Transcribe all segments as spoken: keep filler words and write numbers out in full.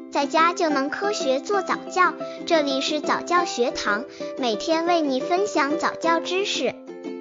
在家就能科学做早教。这里是早教学堂，每天为你分享早教知识。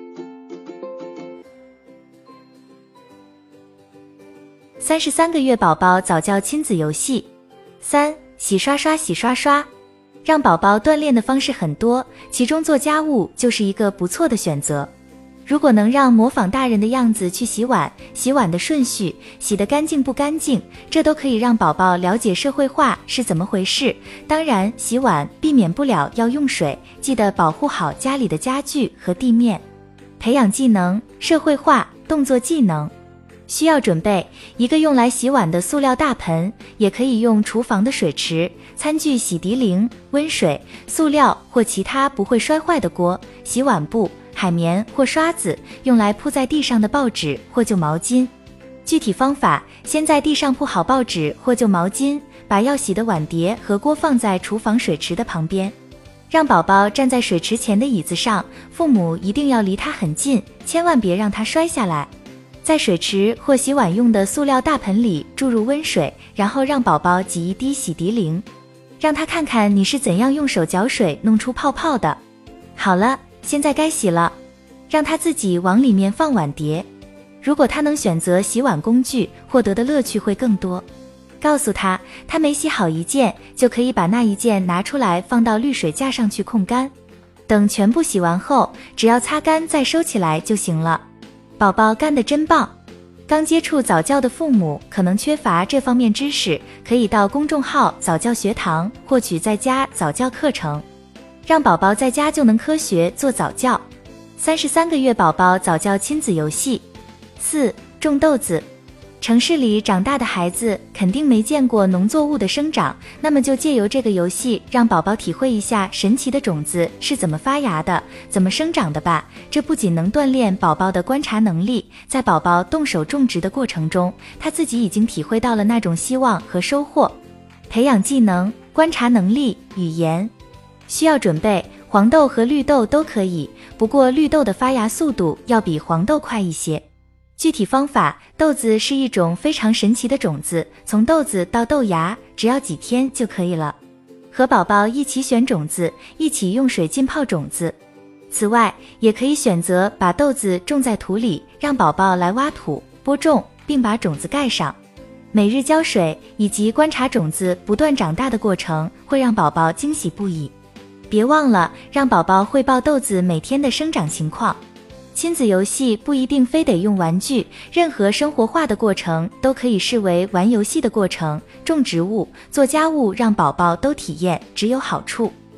三十三个月宝宝早教亲子游戏。三、洗刷刷洗刷刷。让宝宝锻炼的方式很多，其中做家务就是一个不错的选择。如果能让模仿大人的样子去洗碗，洗碗的顺序，洗得干净不干净，这都可以让宝宝了解社会化是怎么回事。当然，洗碗避免不了要用水，记得保护好家里的家具和地面。培养技能，社会化，动作技能。需要准备一个用来洗碗的塑料大盆，也可以用厨房的水池，餐具洗涤灵、温水、塑料或其他不会摔坏的锅，洗碗布、海绵或刷子，用来铺在地上的报纸或旧毛巾。具体方法，先在地上铺好报纸或旧毛巾，把要洗的碗碟和锅放在厨房水池的旁边。让宝宝站在水池前的椅子上，父母一定要离他很近，千万别让他摔下来。在水池或洗碗用的塑料大盆里注入温水，然后让宝宝挤一滴洗涤灵，让他看看你是怎样用手搅水弄出泡泡的。好了，现在该洗了，让他自己往里面放碗碟。如果他能选择洗碗工具，获得的乐趣会更多。告诉他，他每洗好一件，就可以把那一件拿出来放到滤水架上去控干。等全部洗完后，只要擦干再收起来就行了。宝宝干得真棒！刚接触早教的父母可能缺乏这方面知识，可以到公众号早教学堂获取在家早教课程，让宝宝在家就能科学做早教。三十三个月宝宝早教亲子游戏。四、种豆子。城市里长大的孩子肯定没见过农作物的生长，那么就借由这个游戏让宝宝体会一下神奇的种子是怎么发芽的，怎么生长的吧。这不仅能锻炼宝宝的观察能力，在宝宝动手种植的过程中，他自己已经体会到了那种希望和收获。培养技能，观察能力，语言。需要准备黄豆和绿豆都可以，不过绿豆的发芽速度要比黄豆快一些。具体方法，豆子是一种非常神奇的种子，从豆子到豆芽只要几天就可以了。和宝宝一起选种子，一起用水浸泡种子。此外，也可以选择把豆子种在土里，让宝宝来挖土、播种，并把种子盖上。每日浇水以及观察种子不断长大的过程，会让宝宝惊喜不已。别忘了让宝宝汇报豆子每天的生长情况。亲子游戏不一定非得用玩具，任何生活化的过程都可以视为玩游戏的过程。种植物、做家务，让宝宝都体验，只有好处。